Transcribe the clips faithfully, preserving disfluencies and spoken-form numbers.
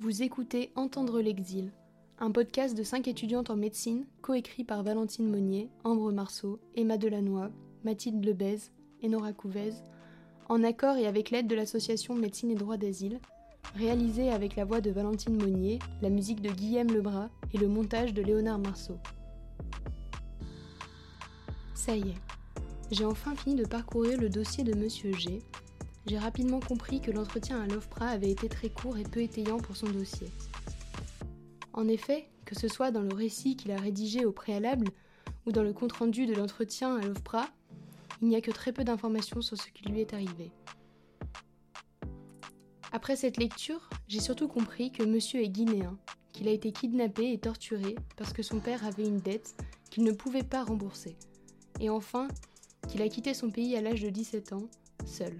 Vous écoutez Entendre l'exil, un podcast de cinq étudiantes en médecine, coécrit par Valentine Monnier, Ambre Marceau, Emma Delannoy, Mathilde Lebez et Nora Couvez, en accord et avec l'aide de l'association Médecine et Droit d'Asile, réalisé avec la voix de Valentine Monnier, la musique de Guillaume Lebras et le montage de Léonard Marceau. Ça y est, j'ai enfin fini de parcourir le dossier de Monsieur G. J'ai rapidement compris que l'entretien à l'OFPRA avait été très court et peu étayant pour son dossier. En effet, que ce soit dans le récit qu'il a rédigé au préalable ou dans le compte-rendu de l'entretien à l'OFPRA, il n'y a que très peu d'informations sur ce qui lui est arrivé. Après cette lecture, j'ai surtout compris que monsieur est guinéen, qu'il a été kidnappé et torturé parce que son père avait une dette qu'il ne pouvait pas rembourser. Et enfin, qu'il a quitté son pays à l'âge de dix-sept ans, seul.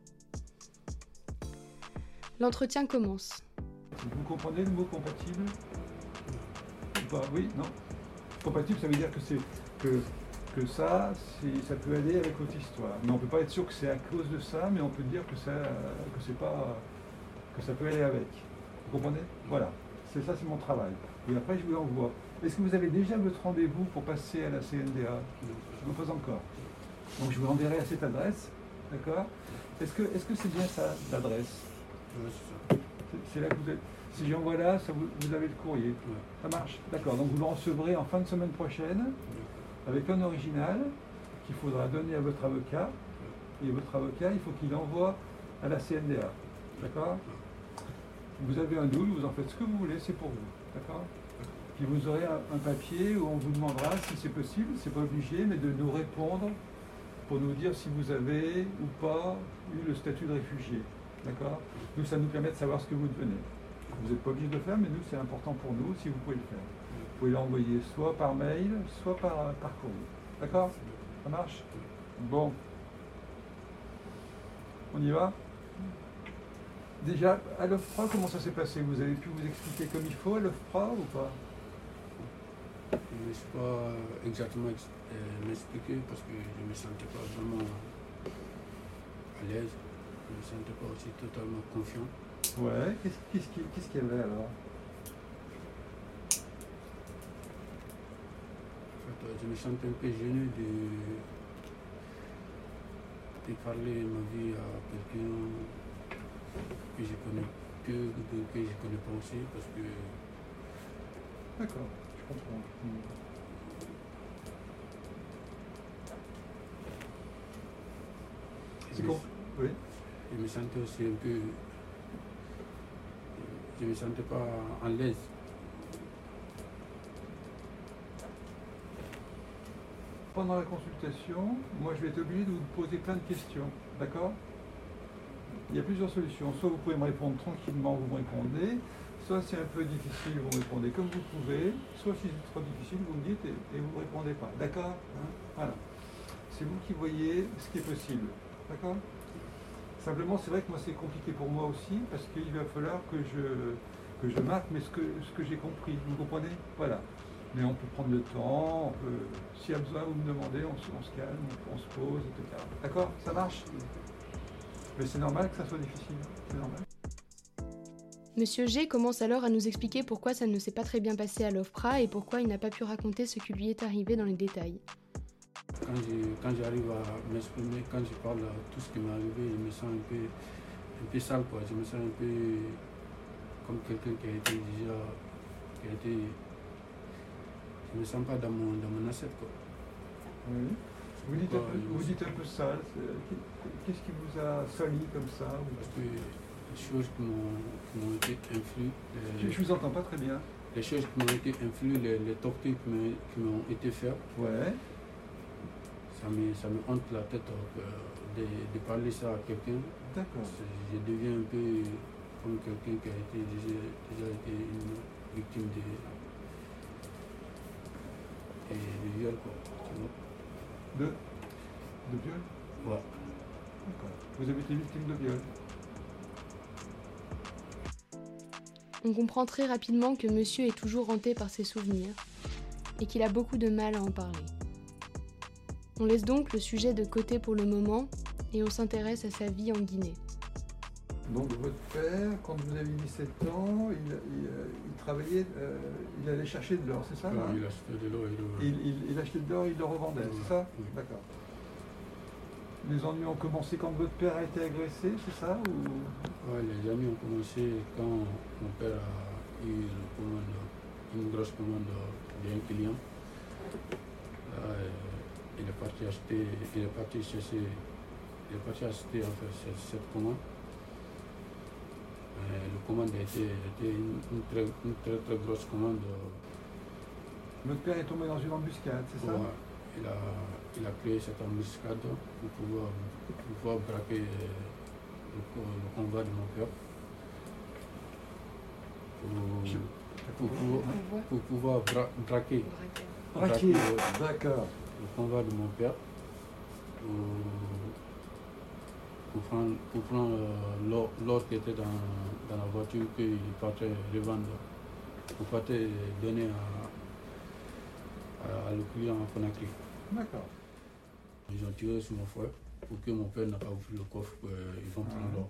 L'entretien commence. Vous comprenez le mot compatible ? Ou pas ? Oui, non ? Compatible, ça veut dire que c'est que, que ça, c'est, ça peut aller avec votre histoire. Mais on ne peut pas être sûr que c'est à cause de ça, mais on peut dire que ça, que c'est pas, que ça peut aller avec. Vous comprenez ? Voilà. C'est ça, c'est mon travail. Et après, je vous l'envoie. Est-ce que vous avez déjà votre rendez-vous pour passer à la C N D A ? Je ne le fais encore. Donc je vous l'enverrai à cette adresse. D'accord ? Est-ce que, est-ce que c'est bien ça, l'adresse ? Oui, c'est ça. C'est, c'est là que vous êtes. Si j'envoie là, ça vous, vous avez le courrier. Oui. Ça marche. D'accord. Donc vous le recevrez en fin de semaine prochaine Oui. avec un original qu'il faudra donner à votre avocat. Et votre avocat, il faut qu'il envoie à la C N D A. D'accord ? Vous avez un double, vous en faites ce que vous voulez, c'est pour vous. D'accord ? Puis vous aurez un, un papier où on vous demandera, si c'est possible, c'est pas obligé, mais de nous répondre pour nous dire si vous avez ou pas eu le statut de réfugié. D'accord ? Nous, ça nous permet de savoir ce que vous devenez. Vous n'êtes pas obligé de le faire, mais nous, c'est important pour nous si vous pouvez le faire. Vous pouvez l'envoyer soit par mail, soit par, par courrier. D'accord ? Ça marche ? Bon. On y va ? Déjà, à l'OFPRA, comment ça s'est passé ? Vous avez pu vous expliquer comme il faut à l'OFPRA ou pas ? Je ne sais pas exactement ex- euh, m'expliquer parce que je ne me sentais pas vraiment à l'aise. Je ne me sentais pas aussi totalement confiant. Ouais, qu'est-ce, qu'est-ce, qui- qu'est-ce qu'il y avait alors ? En fait, euh, je me sentais un peu gêné de, de parler ma vie à quelqu'un que je connais peu, que, que je connais pas aussi parce que D'accord, je comprends. Hmm. je C'est me- con. Oui. je me sentais aussi un peu. Je ne me sentais pas à l'aise. Pendant la consultation, moi je vais être obligé de vous poser plein de questions, d'accord ? Il y a plusieurs solutions. Soit vous pouvez me répondre tranquillement, vous me répondez, soit c'est un peu difficile, vous me répondez comme vous pouvez, soit si c'est trop difficile, vous me dites et, et vous ne répondez pas. D'accord ? Hein ? Voilà. C'est vous qui voyez ce qui est possible. D'accord ? Simplement, c'est vrai que moi c'est compliqué pour moi aussi, parce qu'il va falloir que je, que je marque mais ce que, ce que j'ai compris. Vous comprenez ? Voilà. Mais on peut prendre le temps, on peut, s'il y a besoin, vous me demandez, on se, on se calme, on se pose, et cetera. D'accord ? Ça marche ? Mais c'est normal que ça soit difficile, c'est normal. Monsieur G commence alors à nous expliquer pourquoi ça ne s'est pas très bien passé à l'OFPRA et pourquoi il n'a pas pu raconter ce qui lui est arrivé dans les détails. Quand, je, quand j'arrive à m'exprimer, quand je parle de tout ce qui m'est arrivé, je me sens un peu, un peu sale, quoi. Je me sens un peu comme quelqu'un qui a été déjà, qui a été, je me sens pas dans mon, dans mon assiette, quoi. Oui. Vous dites, un Ouais, peu, je vous me dites un peu sale, c'est- qu'est-ce qui vous a sali comme ça ou- Parce que les choses qui m'ont, qui m'ont été influes, je, les, je vous entends pas très bien. les choses qui m'ont été influes, les, les tortures qui m'ont, qui m'ont été faites, Ouais. ça me, ça me hante la tête euh, de, de parler ça à quelqu'un. D'accord. C'est- Je deviens un peu comme quelqu'un qui a été déjà, déjà été une victime de, de, de viol, quoi. Tu vois? De, de viol ? Ouais. D'accord. Vous avez été victime de viol ? On comprend très rapidement que monsieur est toujours hanté par ses souvenirs et qu'il a beaucoup de mal à en parler. On laisse donc le sujet de côté pour le moment et on s'intéresse à sa vie en Guinée. Donc votre père, quand vous aviez dix-sept ans, il, il, il travaillait, euh, il allait chercher de l'or, c'est ça? Ouais, hein? il achetait de l'or et le... il, il, il achetait de l'or et il le revendait, Ouais, c'est ça? oui. D'accord. Les ennuis ont commencé quand votre père a été agressé, c'est ça ou... Ouais, les ennuis ont commencé quand mon père a eu le commande, une grosse commande d'un client. Là, euh, il est parti acheter, il est parti chercher, il est parti acheter en fait cette, cette commande. Euh, la commande a été, était une, une, très, une très très grosse commande. Votre père est tombé dans une embuscade, c'est ça? Ouais, il, a, il a créé cette embuscade pour pouvoir, pour pouvoir braquer le, le convoi de mon père. Pour, Je... pour, pour, pour pouvoir bra braquer, braquer. braquer D'accord. le convoi de mon père. Pour, pour prendre, pour prendre euh, l'or qui était dans, dans la voiture qu'il partait revendre, pour partir donner à, à, à le client en Conakry. D'accord. Ils ont tiré sur mon frère pour que mon père n'a pas ouvert le coffre, euh, ils vont prendre l'or.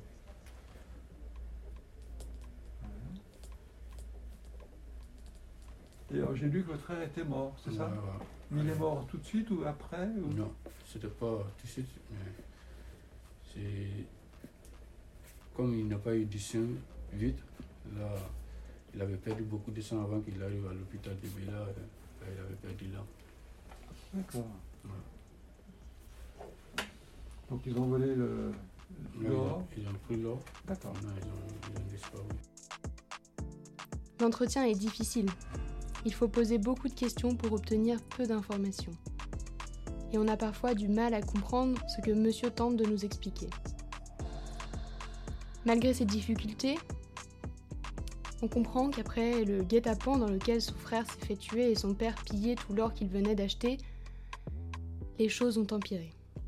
Et alors j'ai lu que votre frère était mort, c'est Ouais, ça? ouais. Mais il est mort tout de suite ou après ou... Non, c'était pas tout de suite, mais c'est comme il n'a pas eu du sang vite, là, il avait perdu beaucoup de sang avant qu'il arrive à l'hôpital de Béla, là, il avait perdu là. D'accord. Ouais. Donc ils ont volé le l'or. Ils, ils ont pris l'or. D'accord. Ils ont, ils ont disparu. L'entretien est difficile. Il faut poser beaucoup de questions pour obtenir peu d'informations. Et on a parfois du mal à comprendre ce que monsieur tente de nous expliquer. Malgré ces difficultés, on comprend qu'après le guet-apens dans lequel son frère s'est fait tuer et son père piller tout l'or qu'il venait d'acheter, les choses ont empiré.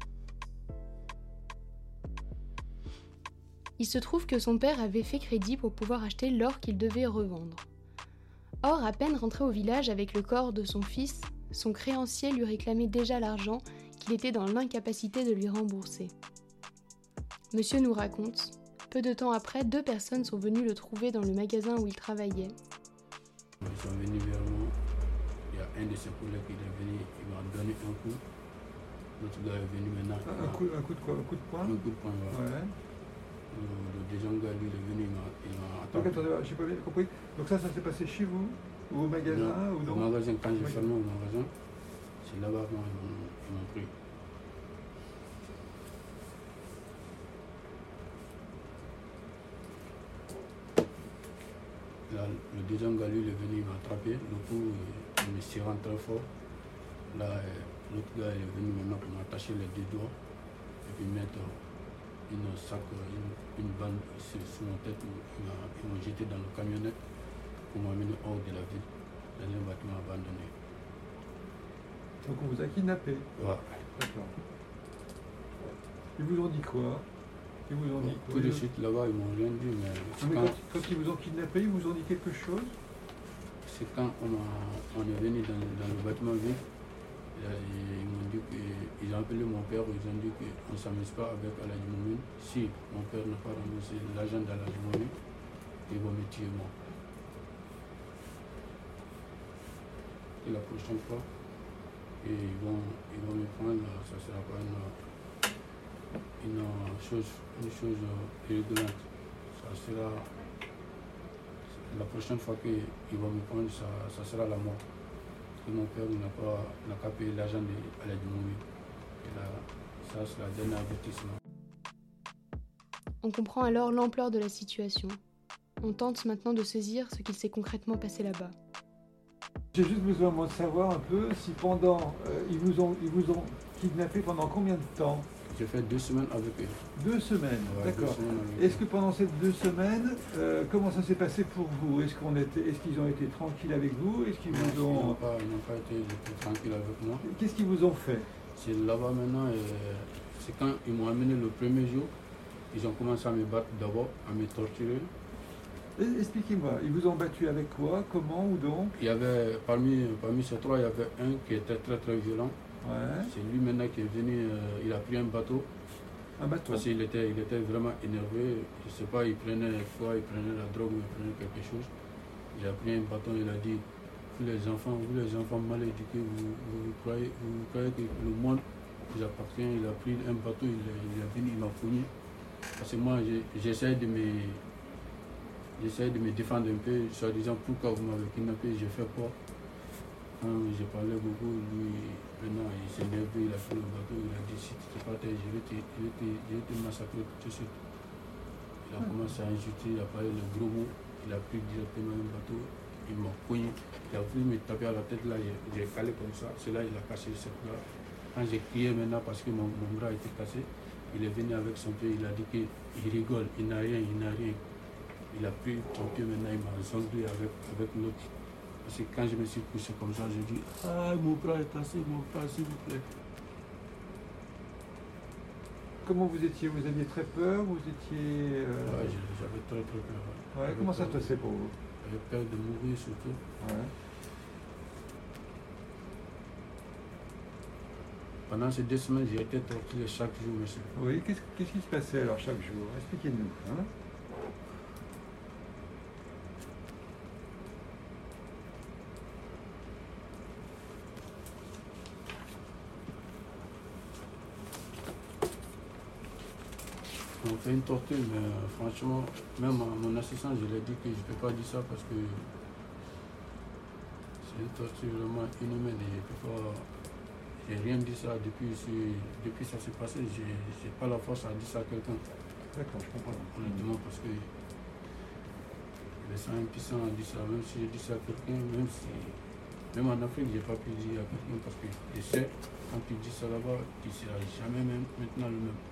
Il se trouve que son père avait fait crédit pour pouvoir acheter l'or qu'il devait revendre. Or, à peine rentré au village avec le corps de son fils, son créancier lui réclamait déjà l'argent qu'il était dans l'incapacité de lui rembourser. Monsieur nous raconte, peu de temps après, deux personnes sont venues le trouver dans le magasin où il travaillait. Ils sont venus vers moi, il y a un de ses collègues qui est venu, il m'a donné un coup. L'autre gars est venu maintenant. Un, un, coup, un coup de quoi? Un coup de poing? Un coup de poing, ouais. Ouais. Le, le deuxième gars, lui, il est venu, il m'a Donc attaqué. attendez, j'ai pas bien compris. Donc ça, ça s'est passé chez vous? Ou au magasin? Non, ou non? au magasin, quand j'ai Oui. fermé au magasin, c'est là-bas qu'ils m'ont pris. Là, le deuxième gars, lui, il est venu, il m'a attrapé. Le coup, il me serrant très fort. Là, l'autre gars, il est venu maintenant pour m'attacher les deux doigts et puis mettre une sac, une, une bande sur, sur mon tête. Ils m'ont jeté dans le camionnette pour m'amener hors de la ville, dans un bâtiment abandonné. Donc on vous a kidnappé? Ouais. D'accord. Ils vous ont dit quoi? Ils vous ont dit quoi? Tout de suite là-bas, ils m'ont rien dit, mais, Mais quand, quand, quand ils vous ont kidnappé, ils vous ont dit quelque chose? c'est quand on, a, on est venu dans, dans le bâtiment vide, ils m'ont dit qu'ils ont appelé mon père, ils ont dit qu'on ne s'amuse pas avec Aladji Moumine. Si mon père n'a pas remboursé l'argent d'Aladji Moumine, ils vont me tuer moi. Et la prochaine fois, et ils, vont, ils vont me prendre, ça ne sera pas une, une, chose, une chose irrégulière. Ça sera, la prochaine fois qu'ils vont me prendre, ça, ça sera la mort. Et mon père n'a pas, n'a pas payé l'argent de Aladji Moumine. Et là, ça c'est le dernier avertissement. On comprend alors l'ampleur de la situation. On tente maintenant de saisir ce qu'il s'est concrètement passé là-bas. J'ai juste besoin moi, de savoir un peu si pendant, euh, ils, vous ont, ils vous ont kidnappé pendant combien de temps? J'ai fait deux semaines avec eux. Deux semaines, Ouais, d'accord. deux semaines avec Est-ce eux. que pendant ces deux semaines, euh, comment ça s'est passé pour vous? Est-ce qu'on était, est-ce qu'ils ont été tranquilles avec vous? Est-ce qu'ils Non, vous ils n'ont ont... pas, ils n'ont pas été tranquilles avec moi. Qu'est-ce qu'ils vous ont fait? C'est là-bas maintenant, et c'est quand ils m'ont amené le premier jour, ils ont commencé à me battre d'abord, à me torturer. Eh, Expliquez-moi, ils vous ont battu avec quoi? Comment? Ou donc? Il y avait, parmi, parmi ces trois, il y avait un qui était très très violent. Ouais. C'est lui maintenant qui est venu, euh, il a pris un bateau, Un bâton. Parce qu'il était, il était vraiment énervé. Je ne sais pas, il prenait quoi, il prenait la drogue ou il prenait quelque chose. Il a pris un bâton, il a dit, vous les enfants, vous les enfants mal éduqués, vous, vous, vous, croyez, vous croyez que le monde vous appartient. Il a pris un bâton, il, il a venu, il m'a cogné. Parce que moi, j'essaie de me, j'essaie de me défendre un peu, soit disant pourquoi vous m'avez kidnappé, j'ai fait quoi. Quand j'ai parlé beaucoup, lui, maintenant, il s'est levé, il a pris le bateau, il a dit, si tu ne te pas taire, je vais te, je vais te, je vais te massacrer tout de suite. Il a mmh. commencé à insulter, il a parlé le gros mot, il a pris directement un bateau, il m'a cogné, il a voulu me taper à la tête, là, j'ai calé comme ça, c'est là il a cassé cette bras. Quand j'ai crié maintenant parce que mon, mon bras était cassé, il est venu avec son pied, il a dit qu'il rigole, il n'a rien, il n'a rien. Il a pris son pied maintenant, il m'a zonglé avec, avec l'autre. Parce que quand je me suis couché comme ça, j'ai dit « Ah, mon bras est cassé, mon bras, s'il vous plaît. » Comment vous étiez? Vous aviez très peur? Vous étiez... Euh... Ouais, j'avais très très peur. Ouais, comment ça se passait pour vous? J'avais peur de mourir surtout. Ouais. Pendant ces deux semaines, j'ai été torturé chaque jour, monsieur. Oui, qu'est-ce, qu'est-ce qui se passait alors chaque jour? Expliquez-nous. Hein? On fait une torture, mais euh, franchement, même à mon assistant, je lui ai dit que je ne peux pas dire ça parce que c'est une torture vraiment inhumaine et je ne peux pas... J'ai rien dit ça depuis, depuis ça s'est passé, je n'ai pas la force à dire ça à quelqu'un. D'accord, je comprends. Honnêtement, parce que je me sens impuissant à dire ça, même si je dis ça à quelqu'un, même si... Même en Afrique, je n'ai pas pu dire à quelqu'un parce que je sais, quand tu dis ça là-bas, tu ne seras jamais même maintenant le même.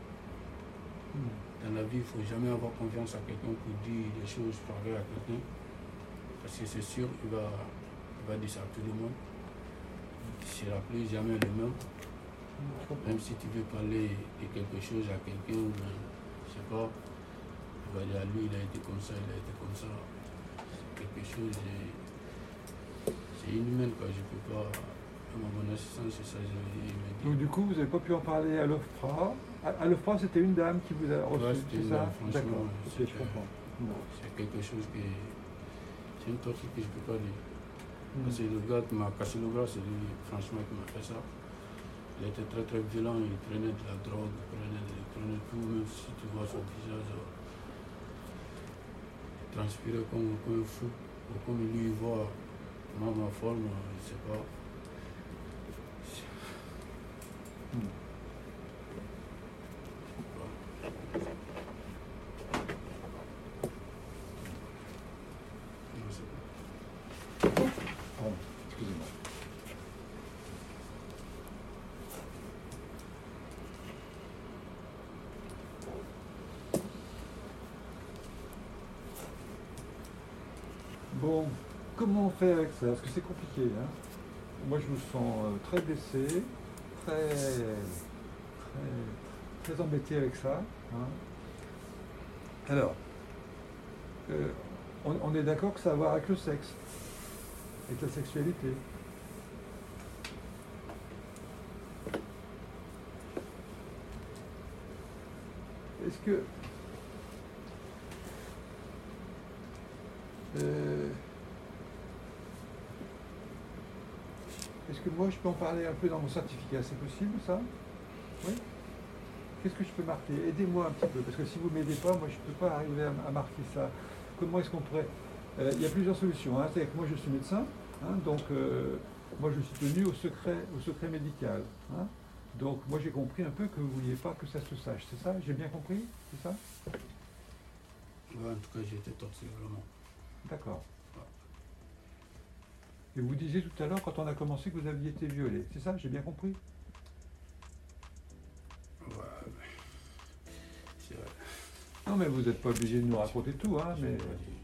Dans la vie, il ne faut jamais avoir confiance à quelqu'un pour dire des choses pareilles à quelqu'un. Parce que c'est sûr, il va, il va dire ça à tout le monde. Il ne sera plus jamais le même. Même si tu veux parler de quelque chose à quelqu'un, je ne sais pas, il va dire à lui, il a été comme ça, il a été comme ça. C'est quelque chose, c'est inhumain, quoi. Je ne peux pas... Mon assistant, c'est ça, je lui ai dit. Donc du coup, vous n'avez pas pu en parler à l'OFPRA. À l'OFPRA, c'était une dame qui vous a reçu, ouais, c'est ça? D'accord, okay, je comprends. C'est quelque chose qui... C'est une torture que je ne peux pas dire. Mm. Parce que le gars qui m'a cassé le bras, c'est lui, franchement, qui m'a fait ça. Il était très très violent, il prenait de la drogue, il prenait, il prenait tout, même si tu vois son visage, il transpirait comme, comme un fou. Ou comme lui, il voit moi, ma forme, je ne sais pas. Mm. Bon, excusez-moi. Bon, comment on fait avec ça? Parce que c'est compliqué, hein? Moi, je me sens euh, très blessé, très, très, très embêté avec ça. Hein? Alors, euh, on, on est d'accord que ça a à voir avec le sexe, avec la sexualité. Est-ce que... Euh, Est-ce que moi je peux en parler un peu dans mon certificat? C'est possible ça? Oui? Qu'est-ce que je peux marquer? Aidez-moi un petit peu, parce que si vous ne m'aidez pas, moi je ne peux pas arriver à, à marquer ça. Comment est-ce qu'on pourrait... Euh, il y a plusieurs solutions. Hein. C'est-à-dire que moi je suis médecin, hein, donc euh, moi je suis tenu au secret, au secret médical. Hein. Donc moi j'ai compris un peu que vous ne vouliez pas que ça se sache. C'est ça? J'ai bien compris? C'est ça? Ouais, en tout cas j'ai été torturé vraiment. D'accord. Et vous disiez tout à l'heure, quand on a commencé, que vous aviez été violé. C'est ça? J'ai bien compris? Ouais, c'est vrai. Non, mais vous n'êtes pas obligé de nous raconter tout, hein, mais...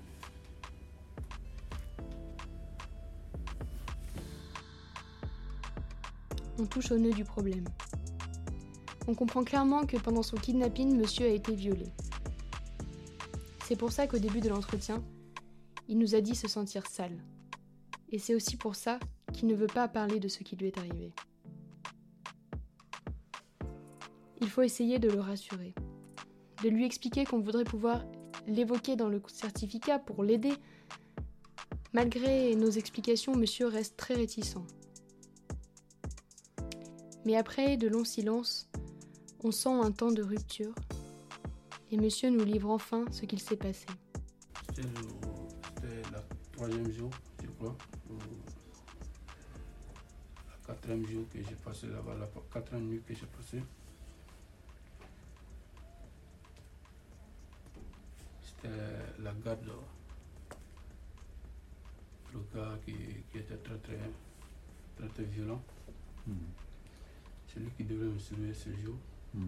On touche au nœud du problème. On comprend clairement que pendant son kidnapping, monsieur a été violé. C'est pour ça qu'au début de l'entretien, il nous a dit se sentir sale. Et c'est aussi pour ça qu'il ne veut pas parler de ce qui lui est arrivé. Il faut essayer de le rassurer, de lui expliquer qu'on voudrait pouvoir l'évoquer dans le certificat pour l'aider. Malgré nos explications, monsieur reste très réticent. Mais après de longs silences, on sent un temps de rupture et monsieur nous livre enfin ce qu'il s'est passé. C'était le troisième jour, je crois, ou le quatrième jour que j'ai passé là-bas, la quatrième nuit que j'ai passé. C'était la garde, le gars qui, qui était très très, très, très violent. Mmh. C'est lui qui devait me surveiller ce jour. Mmh.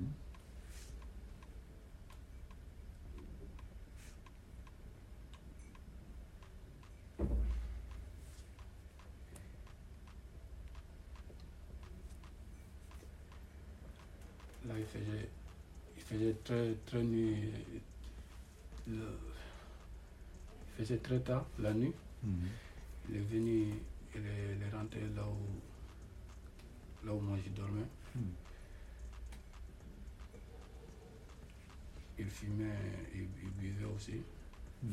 Là, il faisait, il faisait très, très nuit. Le, il faisait très tard la nuit. Mmh. Il est venu, il est, il est rentré là où, là où moi je dormais. Mmh. Il fumait, il, il buvait aussi. Mmh.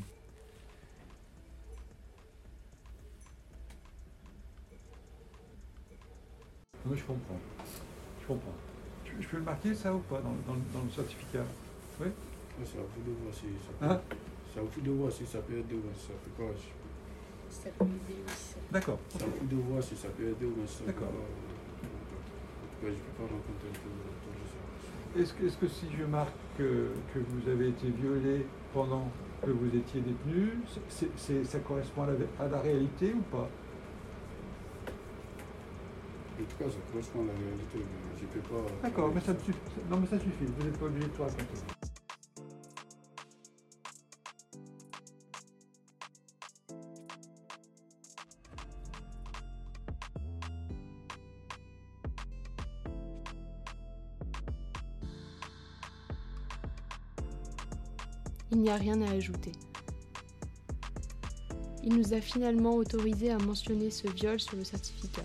Oui, je comprends. Je comprends. Je peux le marquer ça ou pas dans, dans, dans le certificat? Oui. C'est à vous de voir si ça peut, hein? C'est à vous de voir si ça peut aider ou si ça peut pas. Ça peut aider aussi. D'accord. C'est à vous de voir si ça peut aider ou si ça peut pas. D'accord. En tout cas, je ne peux pas rencontrer tout ça. Est-ce que, est-ce que si je marque que, que vous avez été violé pendant que vous étiez détenu, c'est, c'est, ça correspond à la, à la réalité ou pas? En tout cas, ça correspond à la réalité. Je ne peux pas. D'accord, mais ça me suffit. Non, mais ça suffit. Vous n'êtes pas obligé de tout raconter. Il n'y a rien à ajouter. Il nous a finalement autorisé à mentionner ce viol sur le certificat.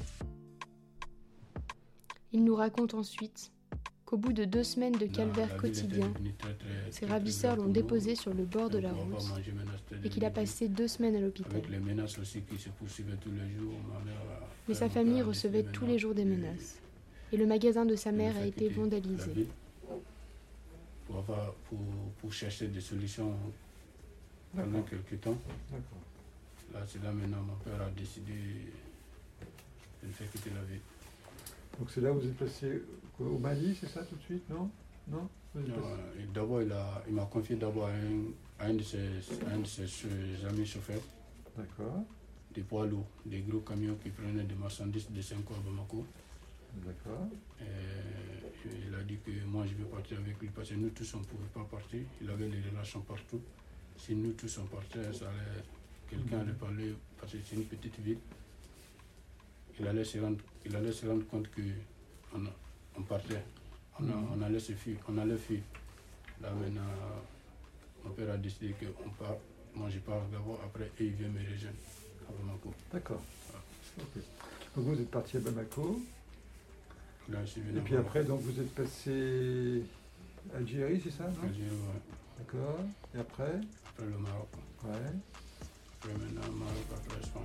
Il nous raconte ensuite qu'au bout de deux semaines de calvaire la, la quotidien, très, très, ses ravisseurs l'ont déposé sur le bord de la route et qu'il a passé deux semaines à l'hôpital. Les menaces aussi qui se poursuivaient tous les jours, ma mère a, mais sa famille recevait tous les jours des menaces. Et le magasin de sa mère a été vandalisé. Pour, avoir, pour, pour chercher des solutions pendant quelques temps. D'accord. Là, c'est là maintenant mon père a décidé de me faire quitter la ville. Donc c'est là où vous êtes passé au Mali, c'est ça tout de suite, non? Non, non euh, d'abord, il, a, il m'a confié d'abord à un, à un de ses, un de ses, ses amis chauffeurs. D'accord. Des poids lourds, des gros camions qui prenaient des marchandises de Senko à Bamako. D'accord. Il a dit que moi je vais partir avec lui parce que nous tous on ne pouvait pas partir. Il avait des relations partout. Si nous tous on partait, ça allait, quelqu'un allait parler parce que c'est une petite ville. Il allait se rendre, il allait se rendre compte qu'on on partait, on, a, on allait se fuir, on allait fuir. Là maintenant, mon père a décidé qu'on part. Moi je pars d'abord, après et il vient me rejoindre à Bamako. D'accord. Voilà. Okay. Donc vous êtes parti à Bamako. Là, et puis après, donc vous êtes passé Algérie, c'est ça, non? Algérie, ouais. D'accord. Et après? Après le Maroc. Ouais. Après maintenant, Maroc, après l'Espagne.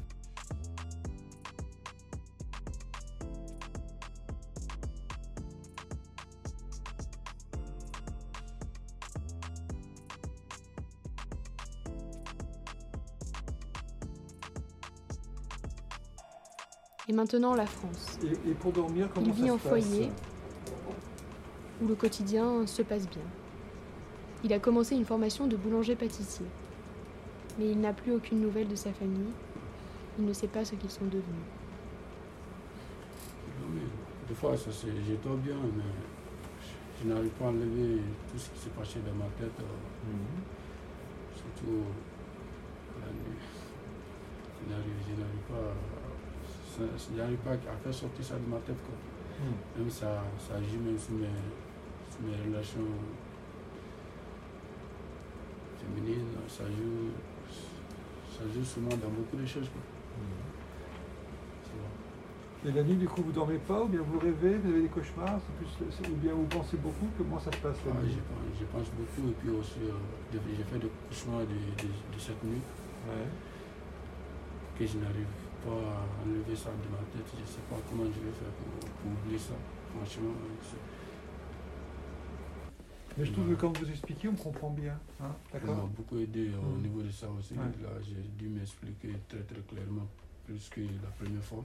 Et maintenant la France. Et, et pour dormir, comment Il vit ça en se foyer passe où le quotidien se passe bien. Il a commencé une formation de boulanger-pâtissier. Mais il n'a plus aucune nouvelle de sa famille. Il ne sait pas ce qu'ils sont devenus. Non, mais des fois, ça, c'est, je dors bien, mais je, je n'arrive pas à enlever tout ce qui s'est passé dans ma tête. Mm-hmm. Surtout la nuit. Je n'arrive, je n'arrive pas à... Je n'arrive pas à faire sortir ça de ma tête. Quoi. Mm. Même ça, ça agit même sur mes, sur mes relations féminines. Ça joue, ça joue souvent dans beaucoup de choses. Quoi. Mm. Et la nuit, du coup, vous dormez pas, ou bien vous rêvez, vous avez des cauchemars, c'est plus, c'est- ou bien vous pensez beaucoup, comment ça se passe la Ah, nuit? je, pense, je pense beaucoup et puis aussi euh, de- j'ai fait des cauchemars de, de, de cette nuit Ouais. que je n'arrive pas à enlever ça de ma tête. Je ne sais pas comment je vais faire pour, pour oublier ça. Franchement, c'est- Mais je trouve que quand vous expliquez, on comprend bien. Hein, ça m'a d'accord? beaucoup aidé euh, au Mm. niveau de ça aussi. Ouais. Là, j'ai dû m'expliquer très très clairement plus que la première fois.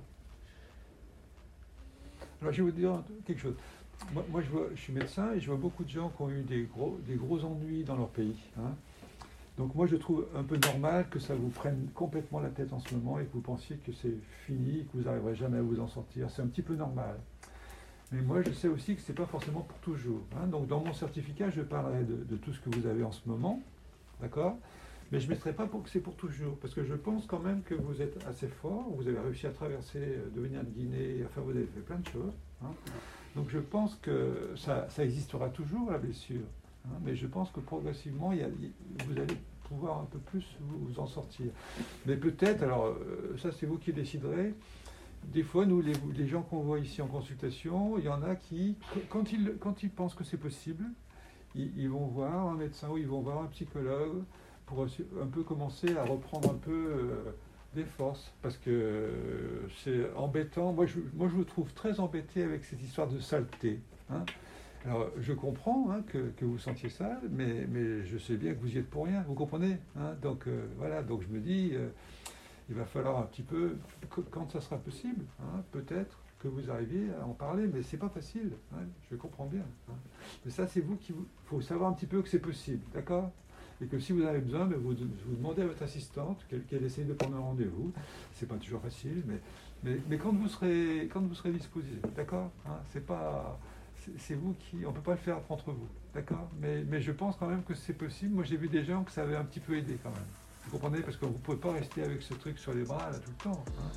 Alors, je vais vous dire quelque chose. Moi, moi, je, vois, je suis médecin et je vois beaucoup de gens qui ont eu des gros, des gros ennuis dans leur pays. Hein. Donc moi, je trouve un peu normal que ça vous prenne complètement la tête en ce moment et que vous pensiez que c'est fini, que vous n'arriverez jamais à vous en sortir. C'est un petit peu normal. Mais moi, je sais aussi que ce n'est pas forcément pour toujours. Hein. Donc dans mon certificat, je parlerai de, de tout ce que vous avez en ce moment. D'accord? Mais je ne mettrai pas pour que c'est pour toujours. Parce que je pense quand même que vous êtes assez fort. Vous avez réussi à traverser, euh, de venir de Guinée. Enfin, vous avez fait plein de choses. Hein. Donc je pense que ça, ça existera toujours, la blessure. Hein, mais je pense que progressivement, il y a, vous allez pouvoir un peu plus vous, vous en sortir. Mais peut-être, alors euh, ça c'est vous qui déciderez, des fois, nous, les, les gens qu'on voit ici en consultation, il y en a qui, quand ils, quand ils pensent que c'est possible, ils, ils vont voir un médecin ou ils vont voir un psychologue pour un peu commencer à reprendre un peu euh, des forces. Parce que euh, c'est embêtant. Moi je, moi, je vous trouve très embêté avec cette histoire de saleté. Hein. Alors, je comprends hein, que, que vous sentiez sale, mais, mais je sais bien que vous y êtes pour rien, vous comprenez hein. Donc, euh, voilà, donc je me dis, euh, il va falloir un petit peu, quand ça sera possible, hein, peut-être que vous arriviez à en parler, mais c'est pas facile, hein, je comprends bien. Hein. Mais ça, c'est vous qui... Il faut savoir un petit peu que c'est possible, d'accord? Et que si vous avez besoin, ben vous, vous demandez à votre assistante qu'elle, qu'elle essaye de prendre un rendez-vous. C'est pas toujours facile, mais, mais, mais quand vous serez, quand vous serez disposé, d'accord hein, c'est pas... C'est vous qui... On ne peut pas le faire entre vous, d'accord mais, mais je pense quand même que c'est possible. Moi, j'ai vu des gens que ça avait un petit peu aidé quand même. Vous comprenez? Parce que vous ne pouvez pas rester avec ce truc sur les bras là tout le temps. Hein.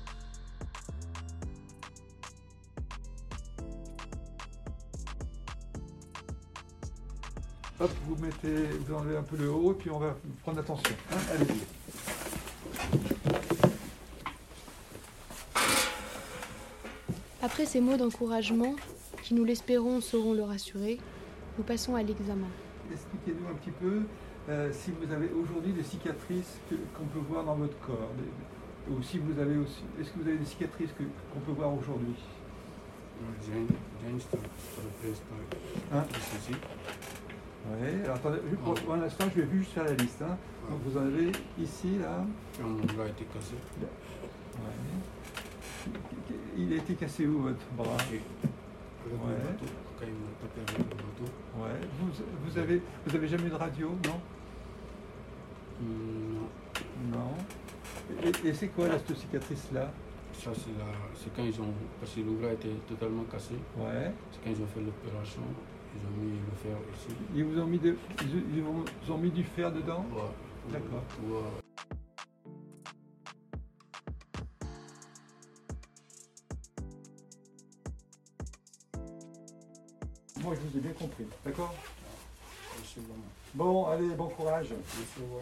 Hop, vous mettez, vous enlevez un peu le haut, et puis on va prendre attention. Hein. Allez-y. Après ces mots d'encouragement, qui nous l'espérons sauront le rassurer, nous passons à l'examen. Expliquez-nous un petit peu euh, si vous avez aujourd'hui des cicatrices que, qu'on peut voir dans votre corps. Des, ou si vous avez aussi. Est-ce que vous avez des cicatrices que, qu'on peut voir aujourd'hui? J'ai une, j'ai une surprise Hein? ici. Oui, alors attendez, pour, pour l'instant, je vais juste faire la liste. Hein. Donc vous en avez ici, là. Quand mon bras a été cassé. Ouais. Il a été cassé où, votre bras? Et avec Ouais. le bateau, quand il m'a tapé avec le bateau. Ouais. Vous, vous, avez, vous avez jamais eu de radio, non? Hum, non. Non. Et, et c'est quoi, là, cette cicatrice-là? Ça, c'est, la, c'est quand ils ont. Parce que le bras était totalement cassé. Ouais. C'est quand ils ont fait l'opération. Ils ont mis le fer ici. Ils vous ont mis, de, ils, ils vous ont mis du fer dedans? Ouais. D'accord. Ouais. Moi, je vous ai bien compris. D'accord? Merci vraiment. Bon, allez, bon courage. Merci, ouais.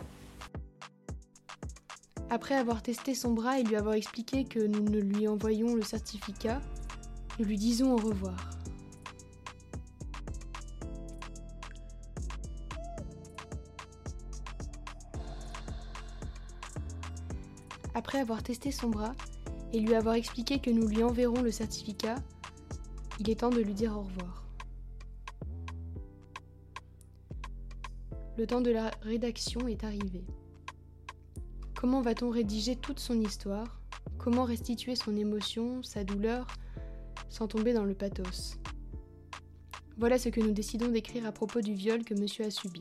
Après avoir testé son bras et lui avoir expliqué que nous ne lui envoyons le certificat, nous lui disons au revoir. Après avoir testé son bras et lui avoir expliqué que nous lui enverrons le certificat, il est temps de lui dire au revoir. Le temps de la rédaction est arrivé. Comment va-t-on rédiger toute son histoire? Comment restituer son émotion, sa douleur, sans tomber dans le pathos? Voilà ce que nous décidons d'écrire à propos du viol que monsieur a subi.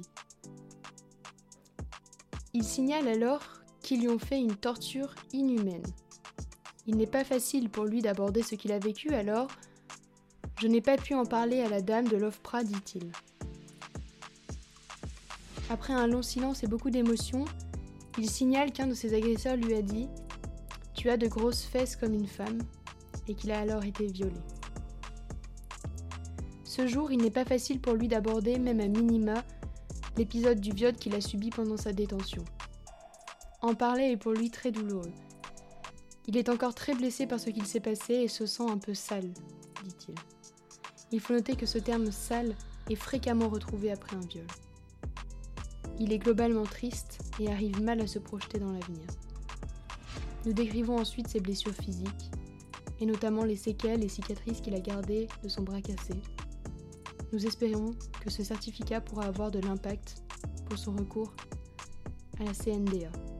Il signale alors qu'ils lui ont fait une torture inhumaine. Il n'est pas facile pour lui d'aborder ce qu'il a vécu, alors « Je n'ai pas pu en parler à la dame de l'OFPRA », dit-il. Après un long silence et beaucoup d'émotions, il signale qu'un de ses agresseurs lui a dit « Tu as de grosses fesses comme une femme » et qu'il a alors été violé. Ce jour, il n'est pas facile pour lui d'aborder, même à minima, l'épisode du viol qu'il a subi pendant sa détention. En parler est pour lui très douloureux. Il est encore très blessé par ce qu'il s'est passé et se sent un peu sale, dit-il. Il faut noter que ce terme « sale » est fréquemment retrouvé après un viol. Il est globalement triste et arrive mal à se projeter dans l'avenir. Nous décrivons ensuite ses blessures physiques, et notamment les séquelles et cicatrices qu'il a gardées de son bras cassé. Nous espérons que ce certificat pourra avoir de l'impact pour son recours à la C N D A.